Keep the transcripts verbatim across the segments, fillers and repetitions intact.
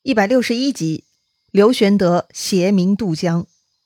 一百六十一集，刘玄德携民渡江。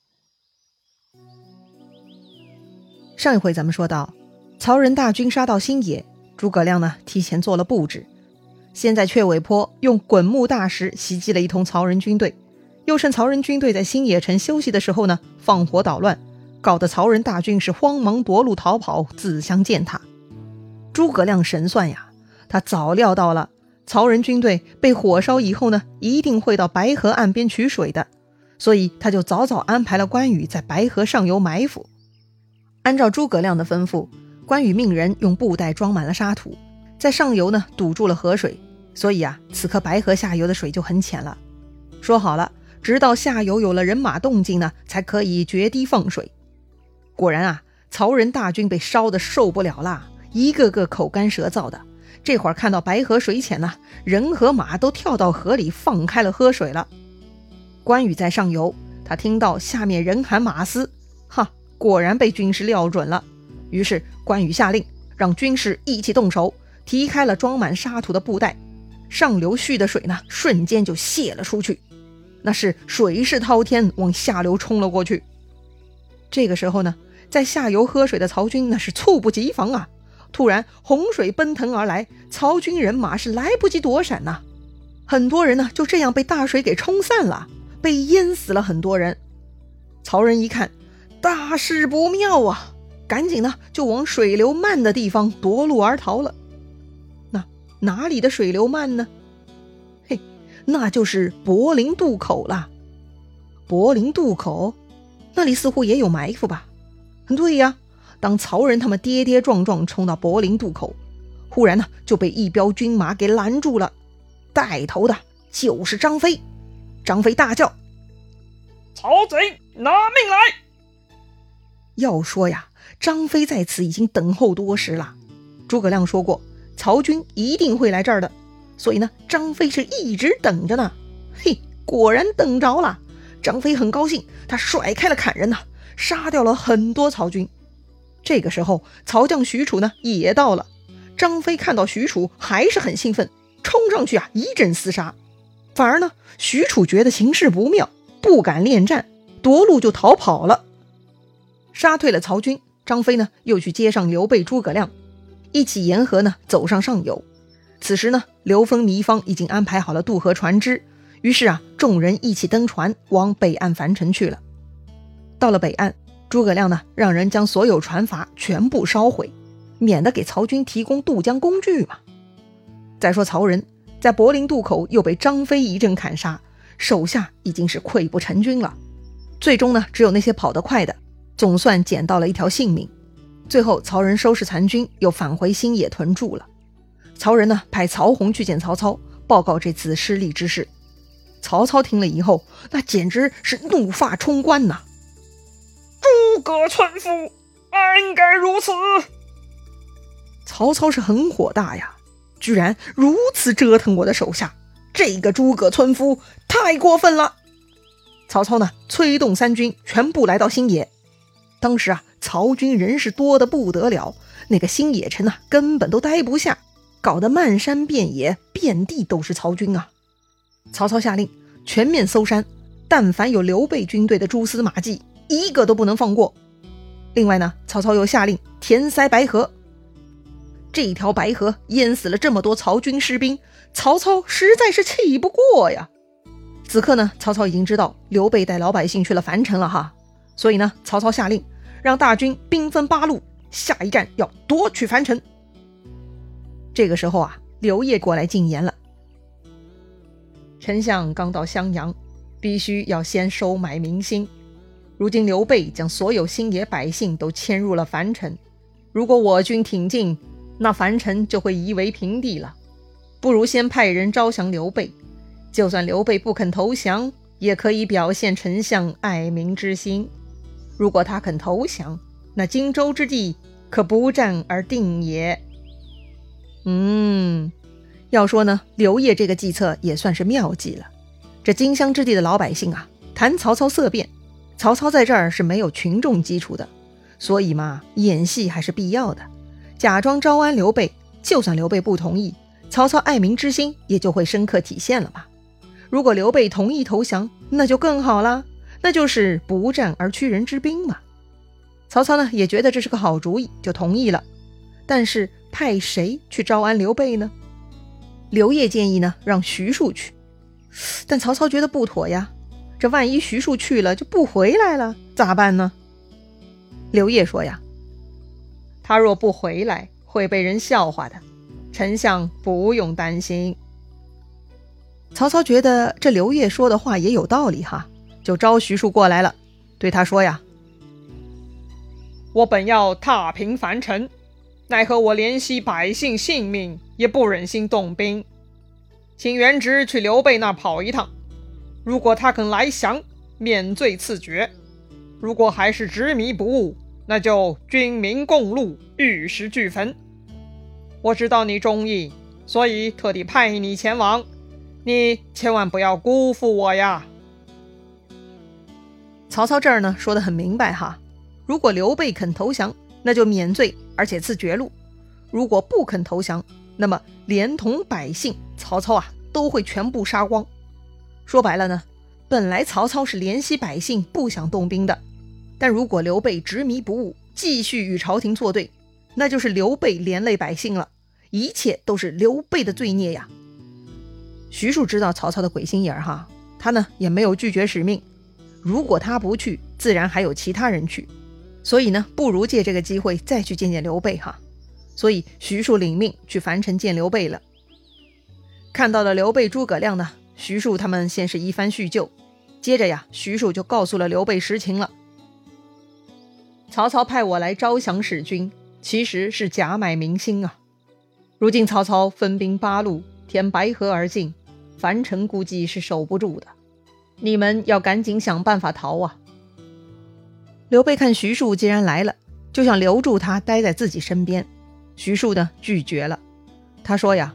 上一回咱们说到，曹仁大军杀到新野，诸葛亮呢提前做了布置，先在雀尾坡用滚木大石袭击了一通曹仁军队，又趁曹仁军队在新野城休息的时候呢放火捣乱，搞得曹仁大军是慌忙夺路逃跑，自相践踏。诸葛亮神算呀，他早料到了曹仁军队被火烧以后呢，一定会到白河岸边取水的，所以他就早早安排了关羽在白河上游埋伏。按照诸葛亮的吩咐，关羽命人用布袋装满了沙土，在上游呢堵住了河水，所以啊，此刻白河下游的水就很浅了。说好了，直到下游有了人马动静呢，才可以决堤放水。果然啊，曹仁大军被烧得受不了了，一个个口干舌燥的。这会儿看到白河水浅呢，人和马都跳到河里放开了喝水了。关羽在上游，他听到下面人喊马嘶，哈，果然被军师料准了。于是关羽下令让军士一起动手，提开了装满沙土的布袋，上流蓄的水呢瞬间就泄了出去，那是水势滔天往下流冲了过去。这个时候呢，在下游喝水的曹军那是猝不及防啊，突然洪水奔腾而来，曹军人马是来不及躲闪呐、啊，很多人呢就这样被大水给冲散了，被淹死了很多人。曹仁一看大事不妙啊，赶紧呢就往水流慢的地方夺路而逃了。那哪里的水流慢呢？嘿，那就是柏林渡口了。柏林渡口那里似乎也有埋伏吧？对呀，当曹仁他们跌跌撞撞冲到柏林渡口，忽然呢就被一彪军马给拦住了，带头的就是张飞。张飞大叫： 曹贼，拿命来！ 要说呀，张飞在此已经等候多时了。诸葛亮说过，曹军一定会来这儿的，所以呢，张飞是一直等着呢。嘿，果然等着了。张飞很高兴，他甩开了砍人呐，杀掉了很多曹军。这个时候曹将许褚呢也到了，张飞看到许褚还是很兴奋，冲上去啊一阵厮杀。反而呢许褚觉得形势不妙，不敢恋战，夺路就逃跑了。杀退了曹军，张飞呢又去接上刘备、诸葛亮，一起沿河呢走上上游。此时呢刘封、糜芳已经安排好了渡河船只，于是啊众人一起登船往北岸樊城去了。到了北岸，诸葛亮呢让人将所有船筏全部烧毁，免得给曹军提供渡江工具嘛。再说曹仁在柏林渡口又被张飞一阵砍杀，手下已经是溃不成军了。最终呢只有那些跑得快的总算捡到了一条性命。最后曹仁收拾残军，又返回新野屯驻了。曹仁呢派曹洪去见曹操，报告这次失利之事。曹操听了以后，那简直是怒发冲冠呐、啊！ 诸葛村夫，安该如此？ 曹操是很火大呀，居然如此折腾我的手下，这个诸葛村夫太过分了。曹操呢催动三军全部来到新野。当时啊曹军人是多得不得了，那个新野城啊根本都待不下，搞得漫山遍野，遍地都是曹军啊。曹操下令全面搜山，但凡有刘备军队的蛛丝马迹，一个都不能放过。另外呢，曹操又下令填塞白河。这条白河淹死了这么多曹军士兵，曹操实在是气不过呀。此刻呢，曹操已经知道刘备带老百姓去了樊城了哈，所以呢，曹操下令让大军兵分八路，下一站要夺取樊城。这个时候啊，刘烨过来进言了：丞相刚到襄阳，必须要先收买民心。如今刘备将所有新野百姓都迁入了樊城，如果我军挺进，那樊城就会夷为平地了。不如先派人招降刘备，就算刘备不肯投降，也可以表现丞相爱民之心。如果他肯投降，那荆州之地可不战而定也。嗯，要说呢，刘烨这个计策也算是妙计了。这荆襄之地的老百姓啊，谈曹操色变，曹操在这儿是没有群众基础的，所以嘛，演戏还是必要的，假装招安刘备，就算刘备不同意，曹操爱民之心也就会深刻体现了嘛。 如果刘备同意投降，那就更好啦，那就是不战而屈人之兵嘛。曹操呢也觉得这是个好主意，就同意了。但是派谁去招安刘备呢？刘烨建议呢让徐庶去，但曹操觉得不妥呀，这万一徐庶去了就不回来了，咋办呢？刘烨说呀，他若不回来会被人笑话的，丞相不用担心。曹操觉得这刘烨说的话也有道理哈，就招徐庶过来了，对他说呀， 我本要踏平樊城，奈何我怜惜百姓性命，也不忍心动兵，请元直去刘备那跑一趟，如果他肯来降，免罪赐爵；如果还是执迷不悟，那就军民共戮，玉石俱焚。我知道你忠义，所以特地派你前往，你千万不要辜负我呀。 曹操这儿呢说得很明白哈，如果刘备肯投降，那就免罪而且赐爵禄；如果不肯投降，那么连同百姓曹操啊都会全部杀光。说白了呢，本来曹操是怜惜百姓不想动兵的，但如果刘备执迷不悟，继续与朝廷作对，那就是刘备连累百姓了，一切都是刘备的罪孽呀。徐庶知道曹操的鬼心眼哈，他呢也没有拒绝使命，如果他不去，自然还有其他人去，所以呢不如借这个机会再去见见刘备哈。所以徐庶领命去樊城见刘备了。看到了刘备诸葛亮呢，徐庶他们先是一番叙旧，接着呀徐庶就告诉了刘备实情了。曹操派我来招降使君，其实是假买民心啊。如今曹操分兵八路填白河而进，樊城估计是守不住的，你们要赶紧想办法逃啊。刘备看徐庶既然来了，就想留住他待在自己身边。徐庶呢拒绝了，他说呀，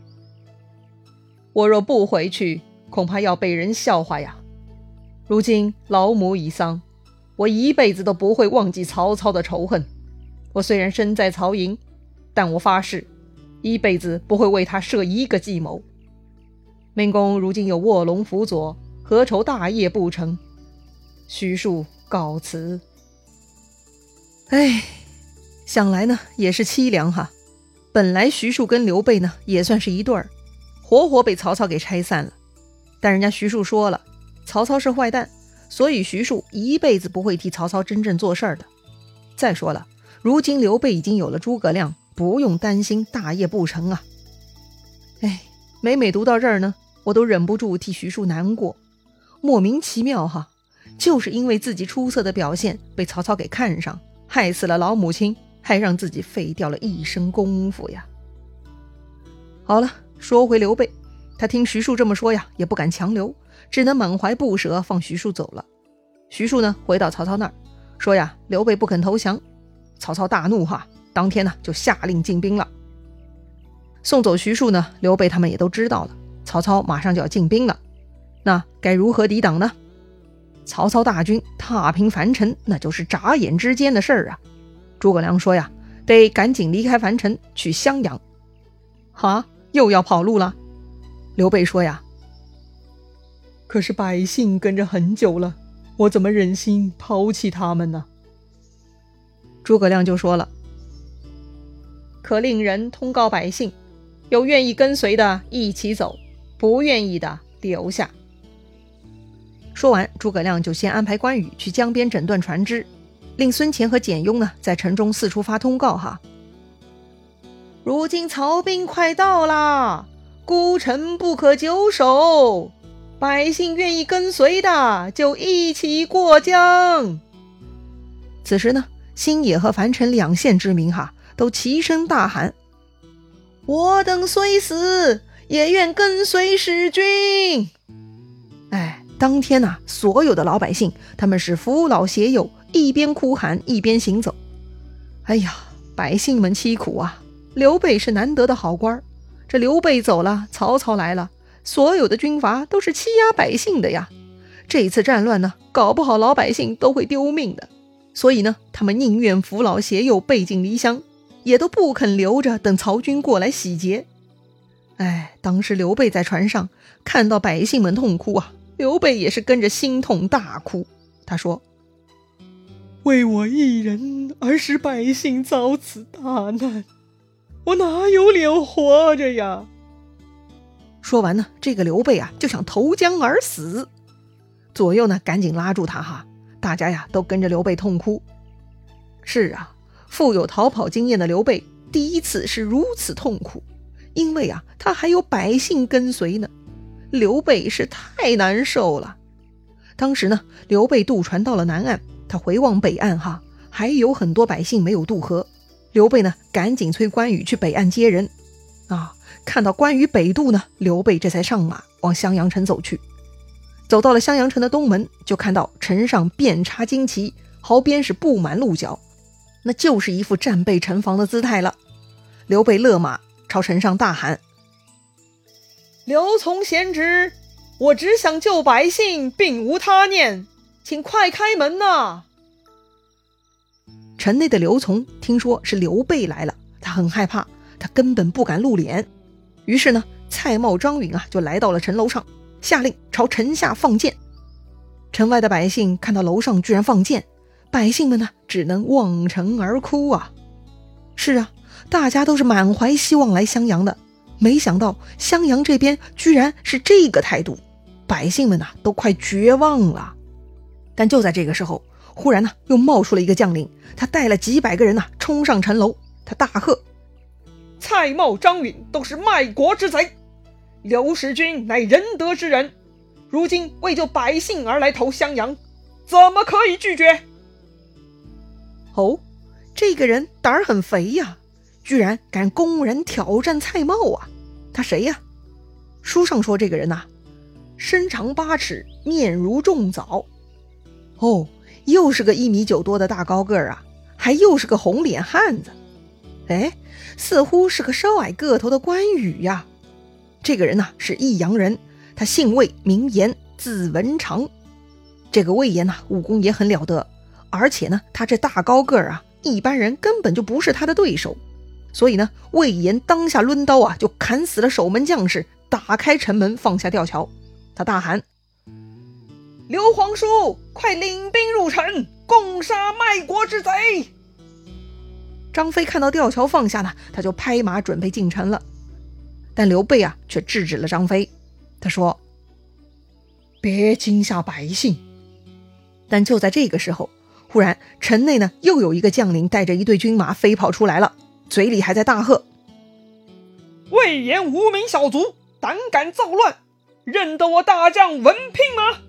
我若不回去，恐怕要被人笑话呀。如今老母已丧，我一辈子都不会忘记曹操的仇恨。我虽然身在曹营，但我发誓一辈子不会为他设一个计谋。明公如今有卧龙辅佐，何愁大业不成？徐庶告辞。哎，想来呢也是凄凉哈。本来徐庶跟刘备呢也算是一对儿，活活被曹操给拆散了。但人家徐庶说了，曹操是坏蛋，所以徐庶一辈子不会替曹操真正做事儿的。再说了，如今刘备已经有了诸葛亮，不用担心大业不成啊。哎，每每读到这儿呢，我都忍不住替徐庶难过。莫名其妙哈，就是因为自己出色的表现被曹操给看上，害死了老母亲，还让自己废掉了一身功夫呀。好了，说回刘备，他听徐庶这么说呀，也不敢强留，只能满怀不舍放徐庶走了。徐庶呢回到曹操那儿，说呀刘备不肯投降。曹操大怒哈，当天呢就下令进兵了。送走徐庶呢，刘备他们也都知道了，曹操马上就要进兵了，那该如何抵挡呢？曹操大军踏平樊城，那就是眨眼之间的事儿啊。诸葛亮说呀，得赶紧离开樊城去襄阳。哈，又要跑路了？刘备说呀，可是百姓跟着很久了，我怎么忍心抛弃他们呢？诸葛亮就说了，可令人通告百姓，有愿意跟随的一起走，不愿意的留下。说完，诸葛亮就先安排关羽去江边诊断船只，令孙乾和简雍呢在城中四处发通告哈。如今曹兵快到啦，孤城不可久守，百姓愿意跟随的就一起过江。此时呢，新野和樊城两县之民哈都齐声大喊，我等虽死也愿跟随使君。哎，当天啊，所有的老百姓他们是扶老携幼，一边哭喊一边行走。哎呀，百姓们凄苦啊，刘备是难得的好官，这刘备走了，曹操来了，所有的军阀都是欺压百姓的呀。这一次战乱呢，搞不好老百姓都会丢命的，所以呢，他们宁愿扶老携幼背井离乡，也都不肯留着等曹军过来洗劫。 哎，当时刘备在船上看到百姓们痛哭啊，刘备也是跟着心痛大哭。他说：为我一人而使百姓遭此大难，我哪有脸活着呀？说完呢，这个刘备啊就想投江而死。左右呢赶紧拉住他哈，大家呀都跟着刘备痛哭。是啊，富有逃跑经验的刘备第一次是如此痛苦，因为啊他还有百姓跟随呢。刘备是太难受了。当时呢，刘备渡船到了南岸，他回望北岸哈，还有很多百姓没有渡河。刘备呢赶紧催关羽去北岸接人啊。看到关羽北渡呢，刘备这才上马往襄阳城走去。走到了襄阳城的东门，就看到城上遍插旌旗，壕边是布满鹿角，那就是一副战备城防的姿态了。刘备勒马朝城上大喊： 刘琮贤侄，我只想救百姓，并无他念，请快开门呐！ 城内的刘琮听说是刘备来了，他很害怕，他根本不敢露脸。于是呢，蔡瑁、张允啊就来到了城楼上，下令朝城下放箭。城外的百姓看到楼上居然放箭，百姓们呢只能望城而哭啊。是啊，大家都是满怀希望来襄阳的，没想到襄阳这边居然是这个态度，百姓们啊都快绝望了。但就在这个时候，忽然呢又冒出了一个将领，他带了几百个人呐、啊、冲上城楼，他大喝： 蔡瑁、张允都是卖国之贼，刘使君乃仁德之人，如今为救百姓而来投襄阳，怎么可以拒绝？ 哦，这个人胆儿很肥呀，居然敢公然挑战蔡瑁啊！他谁呀？书上说这个人呐、啊，身长八尺，面如重枣。哦，又是个一米九多的大高个儿啊，还又是个红脸汉子。哎，似乎是个稍矮个头的关羽呀。这个人呐、啊、是益阳人，他姓魏，名延，字文长。这个魏延呐、啊、武功也很了得，而且呢他这大高个儿啊，一般人根本就不是他的对手。所以呢，魏延当下抡刀啊就砍死了守门将士，打开城门，放下吊桥。他大喊： 刘皇叔，快领兵入城，攻杀卖国之贼！ 张飞看到吊桥放下呢，他就拍马准备进城了。但刘备啊却制止了张飞，他说：别惊吓百姓。但就在这个时候，忽然城内呢又有一个将领带着一队军马飞跑出来了，嘴里还在大喝： 魏延无名小卒，胆敢造乱，认得我大将文聘吗？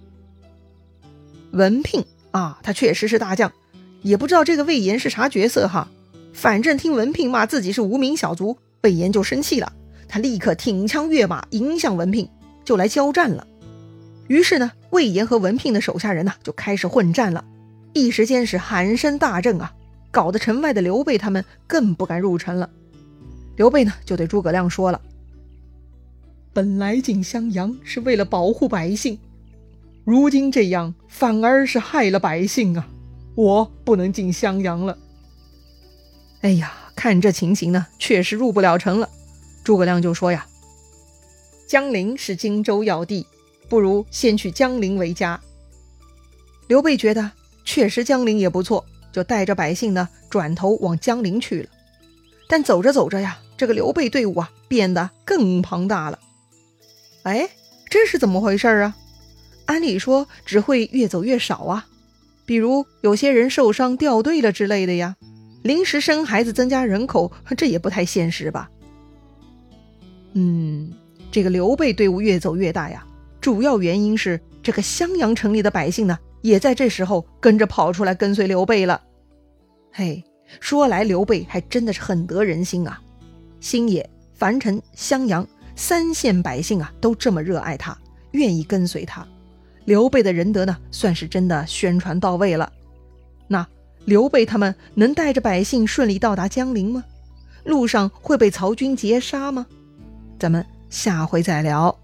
文聘啊，他确实是大将，也不知道这个魏延是啥角色哈。反正听文聘骂自己是无名小卒，魏延就生气了，他立刻挺枪跃马迎向文聘，就来交战了。于是呢，魏延和文聘的手下人呢、啊、就开始混战了，一时间是喊声大震啊，搞得城外的刘备他们更不敢入城了。刘备呢就对诸葛亮说了：本来进襄阳是为了保护百姓，如今这样反而是害了百姓啊，我不能进襄阳了。哎呀，看这情形呢，确实入不了城了。诸葛亮就说呀：江陵是荆州要地，不如先去江陵为家。刘备觉得确实江陵也不错，就带着百姓呢转头往江陵去了。但走着走着呀，这个刘备队伍啊变得更庞大了。哎，这是怎么回事啊？按理说只会越走越少啊，比如有些人受伤掉队了之类的呀，临时生孩子增加人口，这也不太现实吧。嗯，这个刘备队伍越走越大呀，主要原因是这个襄阳城里的百姓呢，也在这时候跟着跑出来跟随刘备了。嘿，说来刘备还真的是很得人心啊，新野、樊城、襄阳三县百姓啊都这么热爱他，愿意跟随他。刘备的仁德呢，算是真的宣传到位了。那刘备他们能带着百姓顺利到达江陵吗？路上会被曹军截杀吗？咱们下回再聊。